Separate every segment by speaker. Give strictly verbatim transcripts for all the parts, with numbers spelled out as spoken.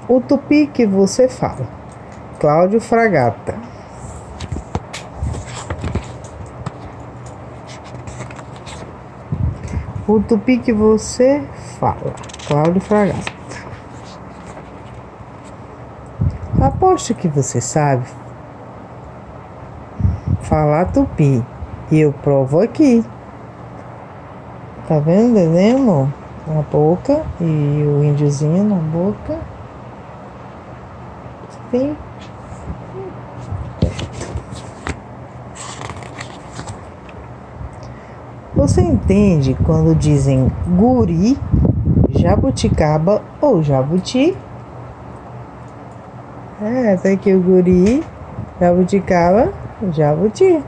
Speaker 1: O tupi que você fala. Cláudio Fragata. O tupi que você fala. Cláudio Fragata. Aposto que você sabe falar tupi. E eu provo aqui. Tá vendo o desenho, amor? Na boca. E o índiozinho na boca. Sim. Você entende quando dizem guri, jabuticaba ou jabuti? É, tá aqui o guri, jabuticaba, jabuti.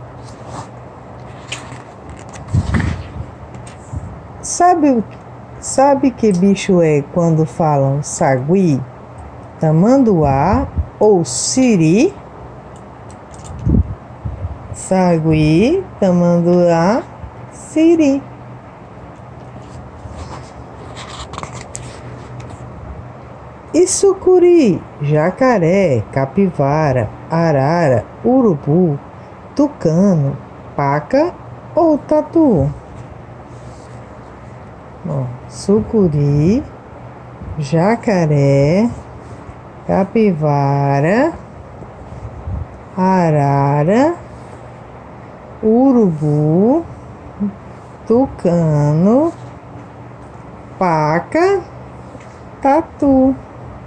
Speaker 1: Sabe, sabe que bicho é quando falam sagui, tamanduá ou siri? Sagui, tamanduá, siri. E sucuri, jacaré, capivara, arara, urubu, tucano, paca ou tatu? Bom, sucuri, jacaré, capivara, arara, urubu, tucano, paca, tatu.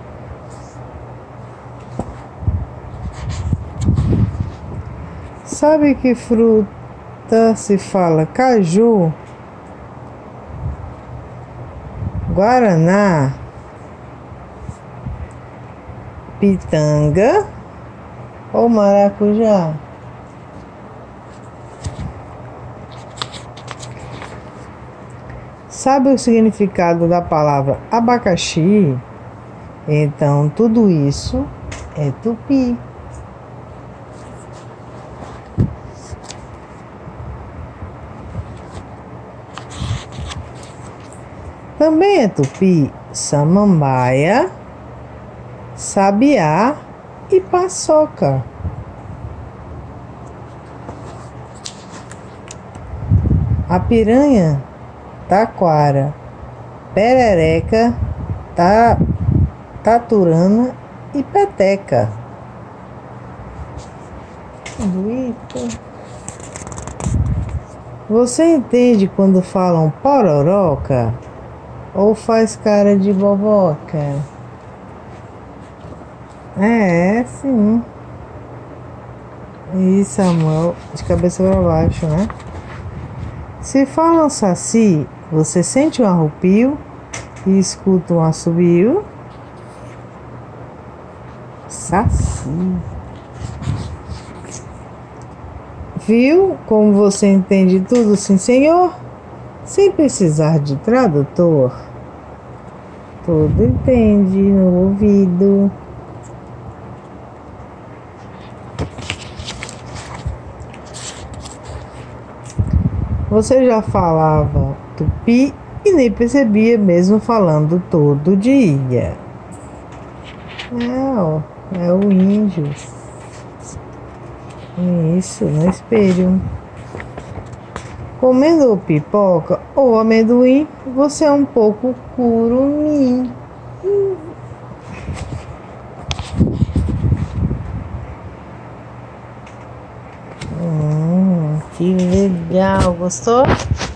Speaker 1: Sabe que fruta se fala caju, guaraná, pitanga ou maracujá? Sabe o significado da palavra abacaxi? Então tudo isso é tupi. Também é tupi, samambaia, sabiá e paçoca. A piranha, taquara, perereca, ta, taturana e peteca. Bonito. Você entende quando falam pororoca? Ou faz cara de boboca? É, sim. Isso, amor. De cabeça para baixo, né? Se falam saci, você sente um arrepio e escuta um assobio? Saci. Viu como você entende tudo, sim, senhor? Sem precisar de tradutor. Tudo entende no ouvido. Você já falava tupi e nem percebia, mesmo falando todo dia. É, ó, é o índio. Isso, no espelho. Comendo pipoca ou amendoim, você é um pouco curumim. Hum, que legal, gostou?